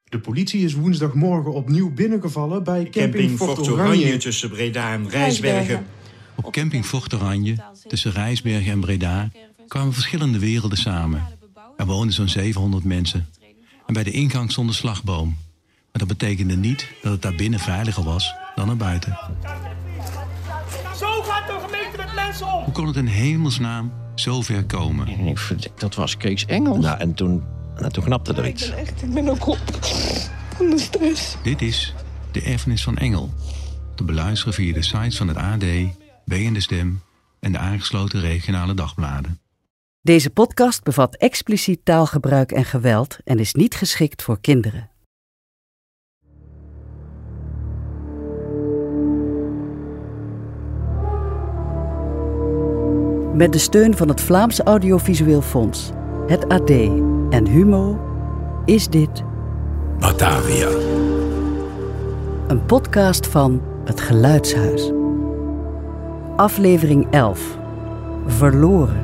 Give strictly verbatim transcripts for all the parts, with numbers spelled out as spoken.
De politie is woensdagmorgen opnieuw binnengevallen bij camping, camping Fort Oranje. Oranje tussen Breda en Rijsbergen. Op camping Fort Oranje, tussen Rijsbergen en Breda, kwamen verschillende werelden samen. Er woonden zo'n zevenhonderd mensen. En bij de ingang stond een slagboom. Maar dat betekende niet dat het daar binnen veiliger was dan naar buiten. Zo gaat de gemeente met mensen om! Hoe kon het in hemelsnaam zo ver komen? En ik verdik, dat was Kees Engels. Nou, en toen, nou, toen knapte er iets. Ik ben echt, ik ben ook op van de stress. Dit is De Erfenis van Engel. Te beluisteren via de sites van het A D, B en De Stem en de aangesloten regionale dagbladen. Deze podcast bevat expliciet taalgebruik en geweld en is niet geschikt voor kinderen. Met de steun van het Vlaams Audiovisueel Fonds, het A D en Humo is dit Batavia. Een podcast van Het Geluidshuis. Aflevering elf. Verloren.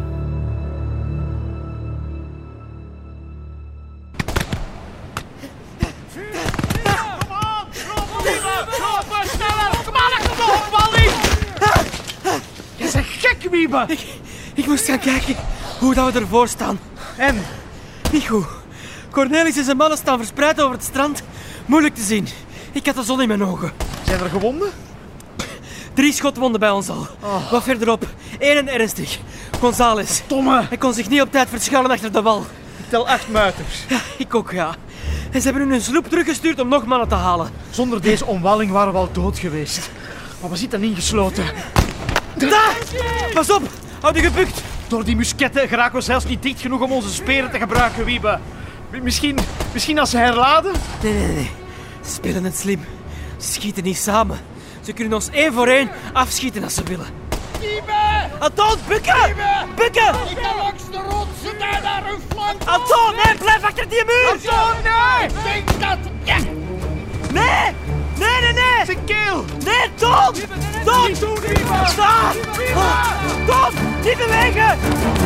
Je bent gek, Wiebe! Ik, ik moest gaan kijken hoe dat we ervoor staan. En? Niet goed. Cornelis en zijn mannen staan verspreid over het strand. Moeilijk te zien. Ik had de zon in mijn ogen. Zijn er gewonden? Drie schotwonden bij ons al. Oh. Wat verderop. Eén en ernstig. Gonzales. Tomme. Hij kon zich niet op tijd verschuilen achter de wal. Ik tel acht muiters. Ja, ik ook, ja. En ze hebben nu een sloep teruggestuurd om nog mannen te halen. Zonder deze omwalling waren we al dood geweest. Maar we zitten ingesloten. Daar! Pas op! Houd je gebukt! Door die musketten geraken we zelfs niet dicht genoeg om onze speren te gebruiken, Wiebe. Misschien, misschien als ze herladen? Nee, nee, nee. Ze spelen het slim. Ze schieten niet samen. Ze kunnen ons één voor één afschieten als ze willen. Wiebe! Anton, bukken! Wiebe! Bukken! Ik ga langs de rotsen daar naar hun flank. Anton, nee, blijf achter die muur! Anton, nee! Denk dat... Ja. Nee! Nee, nee, nee! Zijn keel! Nee, Ton! Ton! Niet doen, Wiebe! Sta! Ton! Niet bewegen!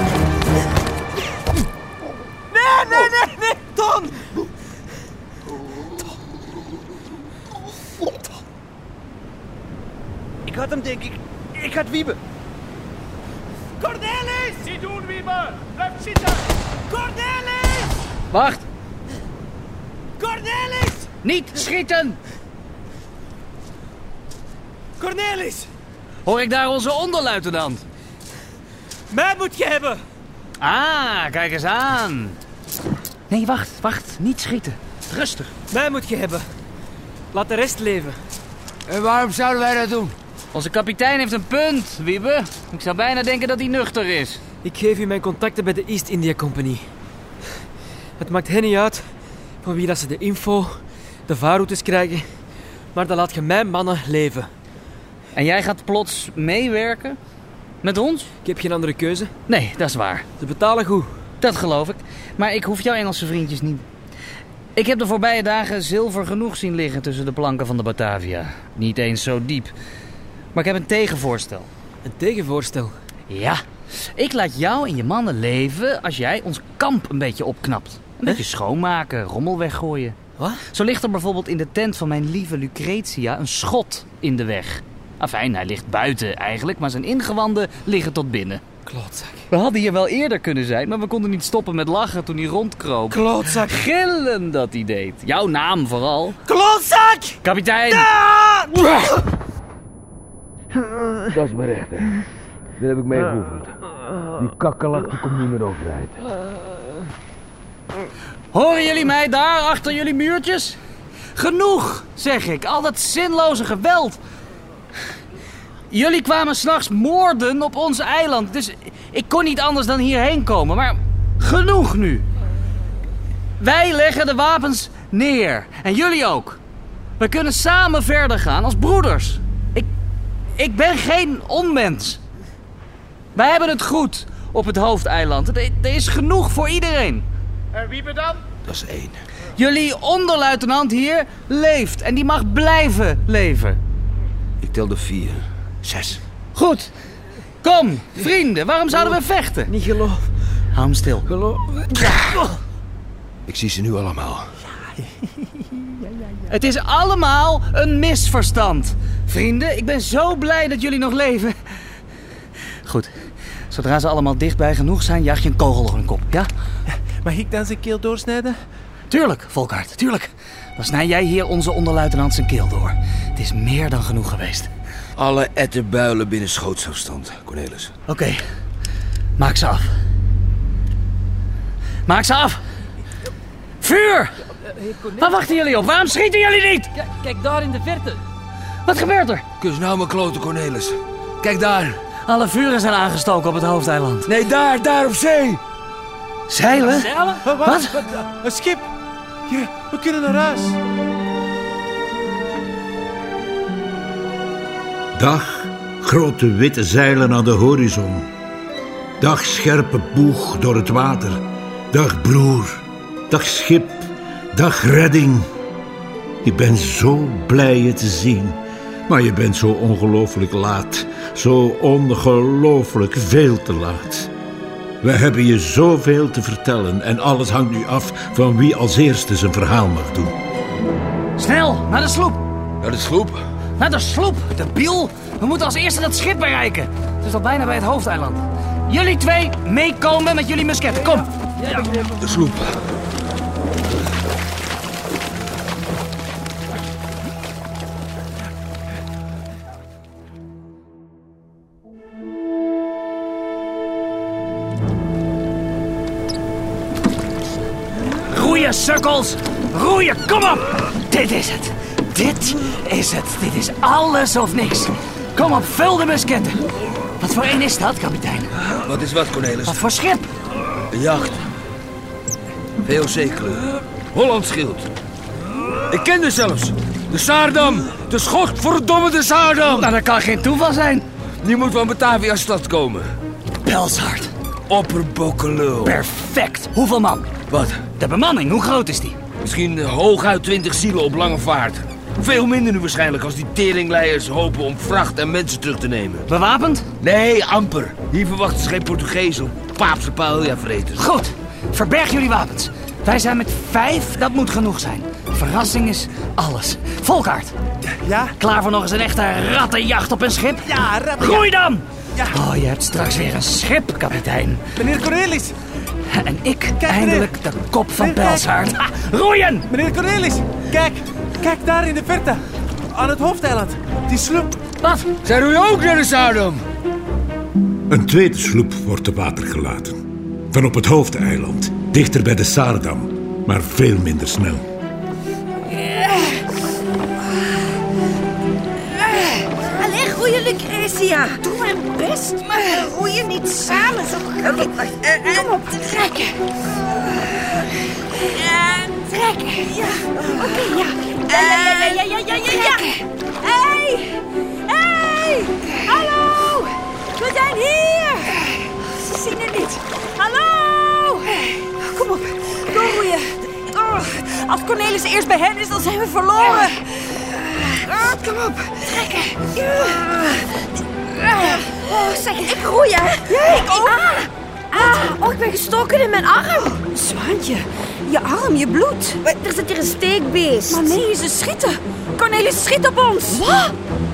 Nee, nee, nee, nee! Ton! Ik had hem, denk ik. Ik had Wiebe. Cornelis! Niet doen, Wiebe! Blijf zitten! Cornelis! Wacht! Cornelis! Niet schieten! Cornelis! Hoor ik daar onze onderluitenant? Mij moet je hebben! Ah, kijk eens aan. Nee, wacht, wacht. Niet schieten. Rustig. Mij moet je hebben. Laat de rest leven. En waarom zouden wij dat doen? Onze kapitein heeft een punt, Wiebe. Ik zou bijna denken dat hij nuchter is. Ik geef u mijn contacten bij de East India Company. Het maakt hen niet uit van wie dat ze de info, de vaarroutes krijgen. Maar dan laat je mijn mannen leven. En jij gaat plots meewerken? Met ons? Ik heb geen andere keuze. Nee, dat is waar. Ze betalen goed. Dat geloof ik. Maar ik hoef jouw Engelse vriendjes niet. Ik heb de voorbije dagen zilver genoeg zien liggen tussen de planken van de Batavia. Niet eens zo diep. Maar ik heb een tegenvoorstel. Een tegenvoorstel? Ja. Ik laat jou en je mannen leven als jij ons kamp een beetje opknapt. Een beetje schoonmaken, rommel weggooien. Wat? Zo ligt er bijvoorbeeld in de tent van mijn lieve Lucretia een schot in de weg. Afijn, hij ligt buiten eigenlijk, maar zijn ingewanden liggen tot binnen. Klootzak. We hadden hier wel eerder kunnen zijn, maar we konden niet stoppen met lachen toen hij rondkroop. Klootzak. Gillen dat hij deed. Jouw naam vooral. Klootzak! Kapitein! Ah! Dat is mijn rechter. Daar heb ik mee geoefend. Die kakkelak die komt niet meer overeind. Horen jullie mij daar achter jullie muurtjes? Genoeg, zeg ik. Al dat zinloze geweld. Jullie kwamen 's nachts moorden op ons eiland. Dus ik kon niet anders dan hierheen komen. Maar genoeg nu. Wij leggen de wapens neer. En jullie ook. We kunnen samen verder gaan als broeders. Ik, ik ben geen onmens. Wij hebben het goed op het hoofdeiland. Er, er is genoeg voor iedereen. En wie ben dan? Dat is één. Jullie onderluitenant hier leeft. En die mag blijven leven. Ik tel de vier. Zes. Goed. Kom, vrienden. Waarom zouden we vechten? Niet geloof. Hou hem stil. Geloof. Ik zie ze nu allemaal. Het is allemaal een misverstand. Vrienden, ik ben zo blij dat jullie nog leven. Goed, zodra ze allemaal dichtbij genoeg zijn, jaag je een kogel door hun kop, ja? Mag ik dan zijn keel doorsnijden? Tuurlijk, Volkart, tuurlijk. Dan snij jij hier onze onderluitenant zijn keel door. Het is meer dan genoeg geweest. Alle ettenbuilen binnen schootsafstand, Cornelis. Oké, okay. Maak ze af. Maak ze af! Vuur! Waar wachten jullie op? Waarom schieten jullie niet? Ja, kijk daar in de verte. Wat gebeurt er? Kus nou mijn klote, Cornelis. Kijk daar. Alle vuren zijn aangestoken op het hoofdeiland. Nee, daar, daar op zee. Zeilen? Zeilen? Wat? Wat? Een schip. Ja, we kunnen naar huis. Dag, grote witte zeilen aan de horizon. Dag, scherpe boeg door het water. Dag, broer. Dag, schip. Dag, redding. Ik ben zo blij je te zien. Maar je bent zo ongelooflijk laat. Zo ongelooflijk veel te laat. We hebben je zoveel te vertellen. En alles hangt nu af van wie als eerste zijn verhaal mag doen. Snel, naar de sloep. Naar de sloep? Naar de sloep, de biel. We moeten als eerste dat schip bereiken. Het is al bijna bij het hoofdeiland. Jullie twee meekomen met jullie musketten. Kom. Ja. De sloep. Roeien, sukkels. Roeien, kom op. Dit is het. Dit is het. Dit is alles of niks. Kom op, vul de musketten. Wat voor een is dat, kapitein? Wat is wat, Cornelis? Wat voor schip? Een jacht. V O C-kleur. Hollands schild. Ik ken er zelfs. De Saardam. De schot, verdomme de Saardam. Nou, dat kan geen toeval zijn. Die moet van Batavia-stad komen. Pelshard. Opperbokkelul. Perfect. Hoeveel man? Wat? De bemanning, hoe groot is die? Misschien hooguit twintig zielen op lange vaart. Veel minder nu waarschijnlijk als die teringleiers hopen om vracht en mensen terug te nemen. Bewapend? Nee, amper. Hier verwachten ze geen Portugezen of paapse paella-vreters. Goed, verberg jullie wapens. Wij zijn met vijf, dat moet genoeg zijn. Verrassing is alles. Volkart. Ja? Klaar voor nog eens een echte rattenjacht op een schip? Ja, rattenjacht. Groei dan! Ja. Oh, je hebt straks weer een schip, kapitein. Meneer Cornelis. En ik Kijk, eindelijk meneer. de kop van Meneer, Pelshard. Ha, roeien! Meneer Cornelis, kijk. Kijk daar in de verte. Aan het hoofdeiland. Die sloep. Wat? Zij roeien ook naar de Saardam. Een tweede sloep wordt te water gelaten. Van op het hoofdeiland. Dichter bij de Saardam. Maar veel minder snel. Allee, roeien, Lucretia. Doe mijn best, maar we roeien niet samen zo gauw. Oké, wacht. Uh, Kom op, trekken. Uh, trekken. Ja, oké, okay, ja. Ja, ja, ja, ja, ja, ja, ja. Hé, hé, hallo. We zijn hier. Ze zien het niet. Hallo. Kom op, doorroeien. Oh, als Cornelis eerst bij hen is, dan zijn we verloren. Oh, kom op, trekken. Oh, zeg, ik roei, hè. Ik ook. Ah, ah, oh, ik ben gestoken in mijn arm. Zwaantje, je arm, je bloed. Er zit hier een steekbeest. Maar nee, ze schieten. Cornelis schiet op ons. Wat?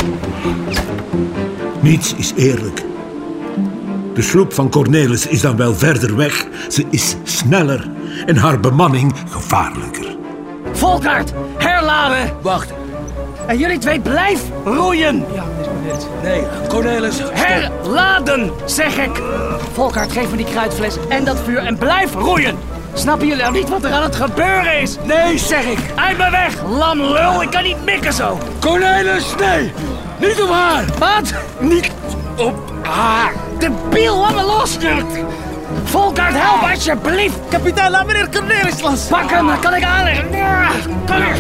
Niets is eerlijk. De sloep van Cornelis is dan wel verder weg. Ze is sneller en haar bemanning gevaarlijker. Volkart, herladen. Wacht. En jullie twee blijf roeien. Ja, meneer Cornelis. Nee, Cornelis. Herladen, zeg ik. Volkart, geef me die kruidfles en dat vuur en blijf roeien. Snappen jullie nou niet wat er aan het gebeuren is? Nee, zeg ik. Uit me weg, lam lul. Ik kan niet mikken zo. Cornelis, nee. Niet op haar. Wat? Niet op haar. De biel, laat me los. Volkart, help alsjeblieft. Kapitein, laat meneer Cornelis los. Pak hem, dan kan ik aanleggen. Kom hier.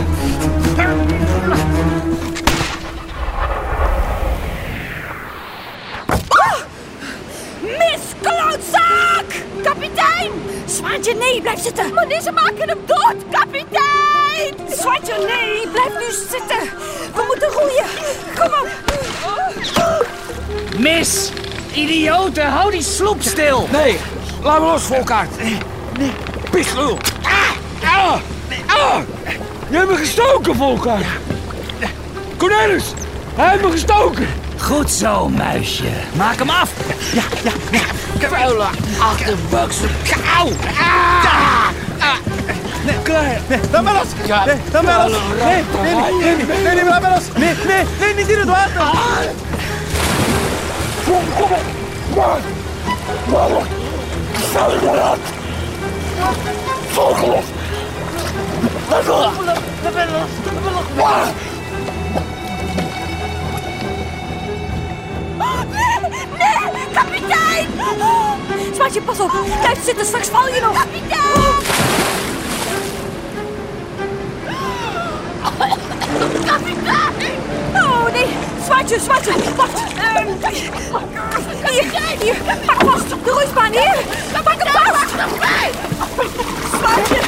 Mis, klootzak! Kapitein! Zwaantje, nee, blijf zitten. Maar nee, ze maken hem dood, kapitein! Zwaantje, nee, blijf nu zitten. We moeten roeien. Kom op. Mis, idioten, hou die sloep stil. Nee, laat me los, Volkart. Nee, nee. Pislul. Ah, ah, ah. Je hebt me gestoken, Volker. Cornelis, hij heeft me gestoken. Goed zo, muisje. Maak hem af. Ja, ja, ja. Vuile achterbakse kou. Ah! Ah! Nee, Klein. Nee, laat me los. Nee, laat me los. Nee, nee, nee, nee, nee, nee, nee, laat me los. Nee, nee, nee, niet in het water. Volker. Laat me los. Laat me los. Nee, kapitein! Zwaartje, pas op. Blijf zitten, straks val je nog. Kapitein! Kapitein! Oh, nee. Zwaartje, Zwaartje. Wacht. Um, hier, hier. Pak vast. De roeispaan, hier. Pak hem vast. Zwaartje.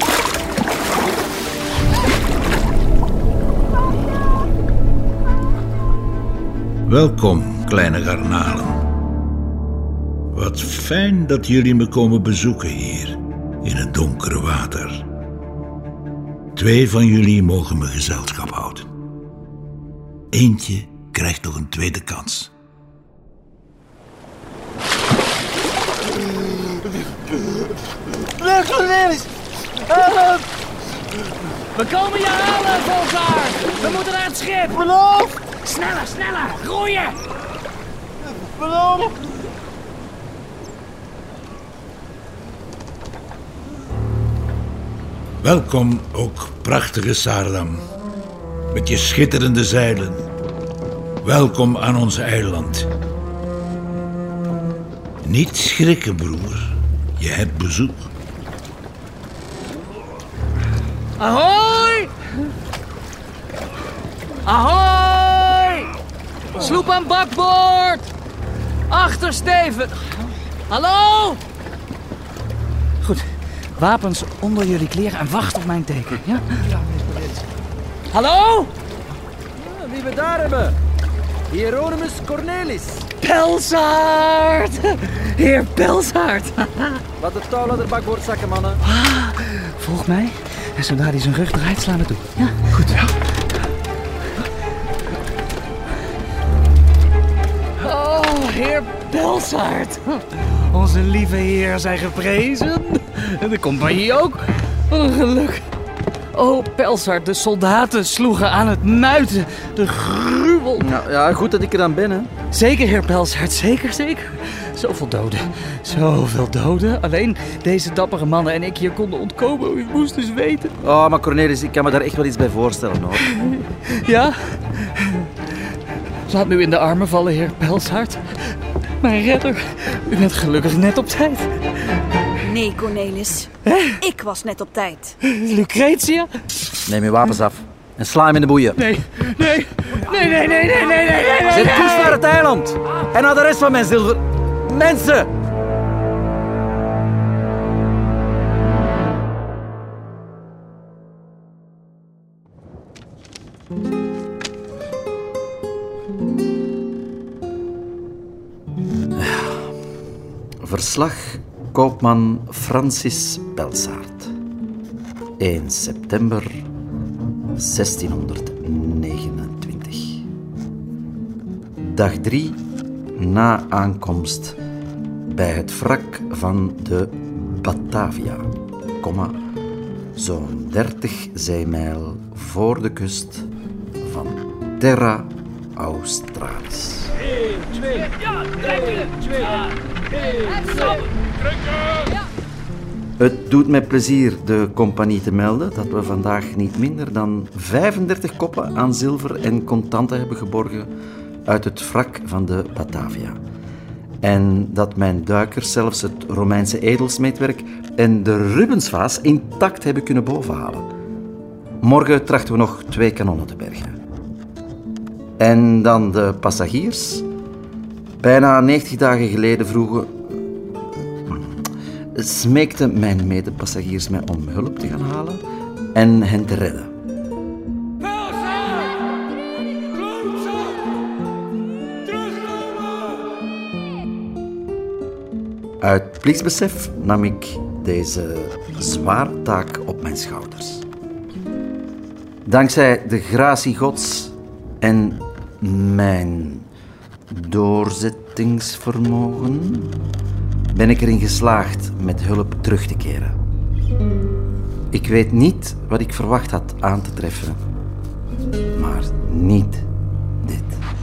Welkom, kleine garnalen. Wat fijn dat jullie me komen bezoeken hier, in het donkere water. Twee van jullie mogen me gezelschap houden. Eentje krijgt nog een tweede kans. Nee, Cornelis! Help! We komen je halen, Volker! We moeten naar het schip! Beloof! Sneller, sneller! Roeien! Beloof! Welkom ook, prachtige Saardam. Met je schitterende zeilen. Welkom aan ons eiland. Niet schrikken, broer. Je hebt bezoek. Ahoy! Ahoy! Sloep aan bakboord! Achtersteven! Hallo! Goed, wapens onder jullie kleren en wacht op mijn teken, ja? Hallo? Ja, wie we daar hebben? Hieronymus Cornelis. Pelsaard! Heer Pelsaard! Laat de touw aan de bakboord zakken, mannen. Ah, volg mij. En zodra hij zijn rug draait, slaan we toe. Ja, goed. Ja. Oh, heer Pelsaard. Onze lieve heer zijn geprezen. En de compagnie ook. Wat een geluk. Oh, Pelsaard, de soldaten sloegen aan het muiten. De gruwel. Nou, ja, goed dat ik er dan ben, hè. Zeker, heer Pelsaard, zeker, zeker. Zoveel doden, zoveel doden. Alleen deze dappere mannen en ik hier konden ontkomen. Ik moest dus weten. Oh, maar Cornelis, ik kan me daar echt wel iets bij voorstellen, hoor. Ja? Laat me u in de armen vallen, heer Pelsaard. Mijn redder, u bent gelukkig net op tijd. Nee, Cornelis. Ik was net op tijd. Lucretia? Neem je wapens af en sla hem in de boeien. Nee, nee, nee, nee, nee, nee, nee, nee, nee. Zet koers naar het eiland en naar de rest van mijn zilver. Mensen! Verslag koopman Francis Pelsaard. één september zestienhonderdnegenentwintig. Dag drie na aankomst bij het wrak van de Batavia, komma, zo'n dertig zeemijl voor de kust van Terra Australis. één, twee, ja, trekken, twee, ja, één, twee, trekken. Het doet mij plezier de compagnie te melden dat we vandaag niet minder dan vijfendertig koppen aan zilver en contanten hebben geborgen uit het wrak van de Batavia. En dat mijn duikers zelfs het Romeinse edelsmeedwerk en de Rubensvaas intact hebben kunnen bovenhalen. Morgen trachten we nog twee kanonnen te bergen. En dan de passagiers. Bijna negentig dagen geleden vroegen... smeekten mijn medepassagiers mij om hulp te gaan halen en hen te redden. Uit plichtsbesef nam ik deze zware taak op mijn schouders. Dankzij de gratie Gods en mijn doorzettingsvermogen ben ik erin geslaagd met hulp terug te keren. Ik weet niet wat ik verwacht had aan te treffen, maar niet dit.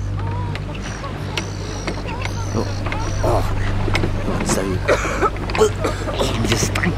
Oh, oh. Wat is dat hier? Die stank.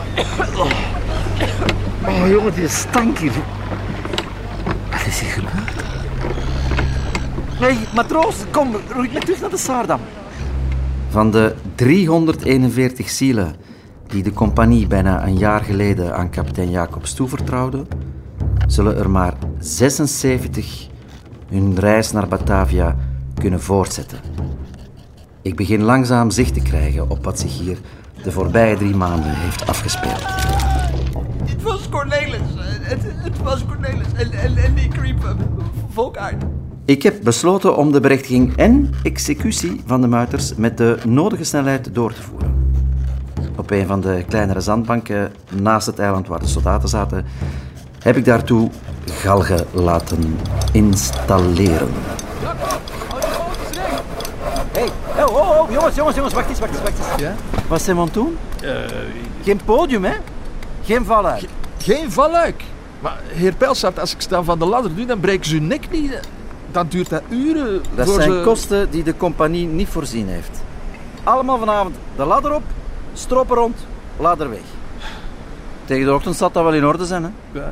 Oh jongen, die stank hier. Wat is hier gebeurd? Nee, matroos, kom, roei me terug naar de Saardam. Van de driehonderdeenenveertig zielen die de compagnie bijna een jaar geleden aan kapitein Jacobs toevertrouwde, zullen er maar zesenzeventig hun reis naar Batavia kunnen voortzetten. Ik begin langzaam zicht te krijgen op wat zich hier de voorbije drie maanden heeft afgespeeld. Het was Cornelis. Het, het was Cornelis. En, en, en die creep Volkaert. Ik heb besloten om de berechtiging en executie van de muiters met de nodige snelheid door te voeren. Op een van de kleinere zandbanken naast het eiland waar de soldaten zaten, heb ik daartoe galgen laten installeren. Hé, hey, oh, oh, oh, jongens, jongens, jongens, wacht eens, wacht eens, wacht eens. Ja? Wat zijn we aan het doen? Uh, Geen podium, hè? Geen valluik. Ge- geen valluik? Maar heer Pelsaert, als ik sta van de ladder doe, dan breken ze hun nek niet. Dan duurt dat uren. Dat voor zijn ze... kosten die de compagnie niet voorzien heeft. Allemaal vanavond de ladder op, stropen rond, ladder weg. Tegen de ochtend zal dat wel in orde zijn, hè? Ja.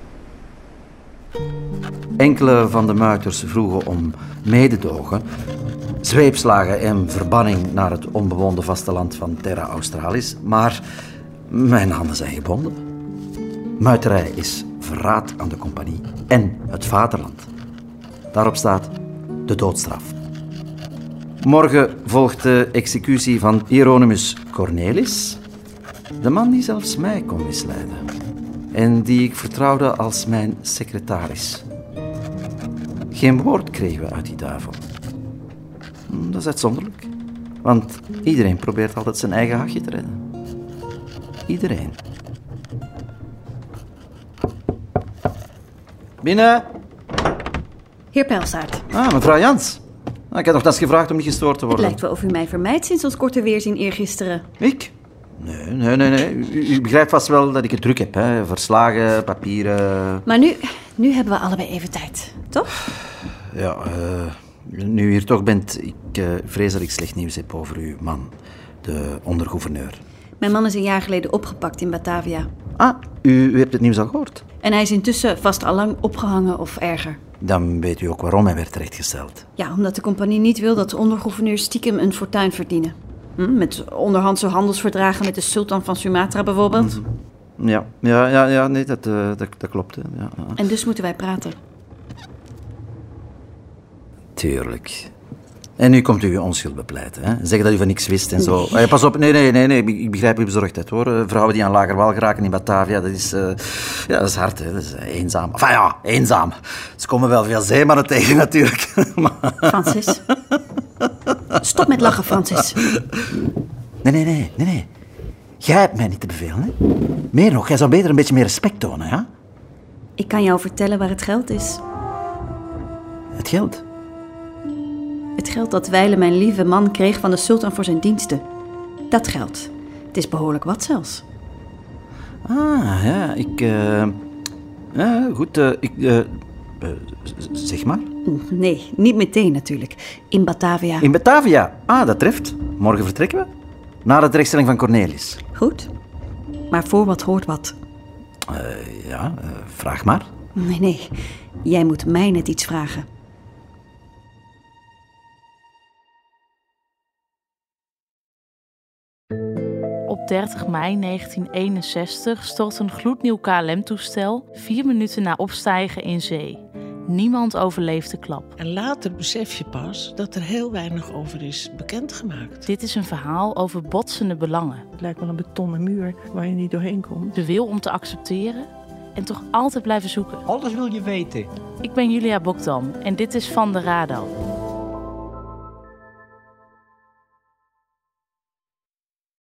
Enkele van de muiters vroegen om mededogen, zweepslagen en verbanning naar het onbewoonde vasteland van Terra Australis, maar mijn handen zijn gebonden. Muiterij is verraad aan de compagnie en het vaderland. Daarop staat de doodstraf. Morgen volgt de executie van Hieronymus Cornelis, de man die zelfs mij kon misleiden en die ik vertrouwde als mijn secretaris. Geen woord kregen we uit die duivel. Dat is uitzonderlijk, want iedereen probeert altijd zijn eigen hachje te redden. Iedereen. Binnen. Heer Pelsaert. Ah, mevrouw Jans. Ik had nogthans gevraagd om niet gestoord te Het worden. lijkt wel of u mij vermijdt sinds ons korte weerzien eergisteren. Ik? Nee, nee, nee. nee. U, u begrijpt vast wel dat ik het druk heb, hè. Verslagen, papieren... Maar nu, nu hebben we allebei even tijd, toch? Ja, uh, nu u hier toch bent, ik uh, vrees dat ik slecht nieuws heb over uw man, de ondergouverneur. Mijn man is een jaar geleden opgepakt in Batavia. Ah, u, u hebt het nieuws al gehoord? En hij is intussen vast allang opgehangen of erger. Dan weet u ook waarom hij werd terechtgesteld. Ja, omdat de compagnie niet wil dat de ondergouverneurs stiekem een fortuin verdienen. Hm, met onderhandse handelsverdragen met de sultan van Sumatra bijvoorbeeld. Mm-hmm. Ja, ja, ja, ja nee, dat, uh, dat, dat klopt. Hè. Ja, ja. En dus moeten wij praten. Tuurlijk. En nu komt u uw onschuld bepleiten. Hè? Zeg dat u van niks wist en zo. Nee. Pas op, nee, nee, nee, nee. Ik begrijp uw bezorgdheid, hoor. Vrouwen die aan lager wal geraken in Batavia, dat is, uh, ja, dat is hard, hè. Dat is eenzaam. Enfin ja, eenzaam. Ze komen wel veel zeemannen tegen, natuurlijk. Maar... Francis. Stop met lachen, Francis. Nee, nee, nee, nee, nee. Jij hebt mij niet te bevelen, hè. Meer nog, jij zou beter een beetje meer respect tonen, ja? Ik kan jou vertellen waar het geld is. Het geld? Het geld dat wijlen mijn lieve man kreeg van de sultan voor zijn diensten. Dat geld. Het is behoorlijk wat zelfs. Ah, ja, ik... Uh, ja, goed, uh, ik... Uh, uh, zeg maar. Nee, niet meteen natuurlijk. In Batavia. In Batavia? Ah, dat treft. Morgen vertrekken we. Na de terechtstelling van Cornelis. Goed. Maar voor wat hoort wat. Uh, ja, uh, vraag maar. Nee, nee. Jij moet mij net iets vragen. Op dertig mei negentien eenenzestig stort een gloednieuw K L M-toestel vier minuten na opstijgen in zee. Niemand overleeft de klap. En later besef je pas dat er heel weinig over is bekendgemaakt. Dit is een verhaal over botsende belangen. Het lijkt wel een betonnen muur waar je niet doorheen komt. De wil om te accepteren en toch altijd blijven zoeken. Alles wil je weten. Ik ben Julia Bokdam en dit is Van de Radar.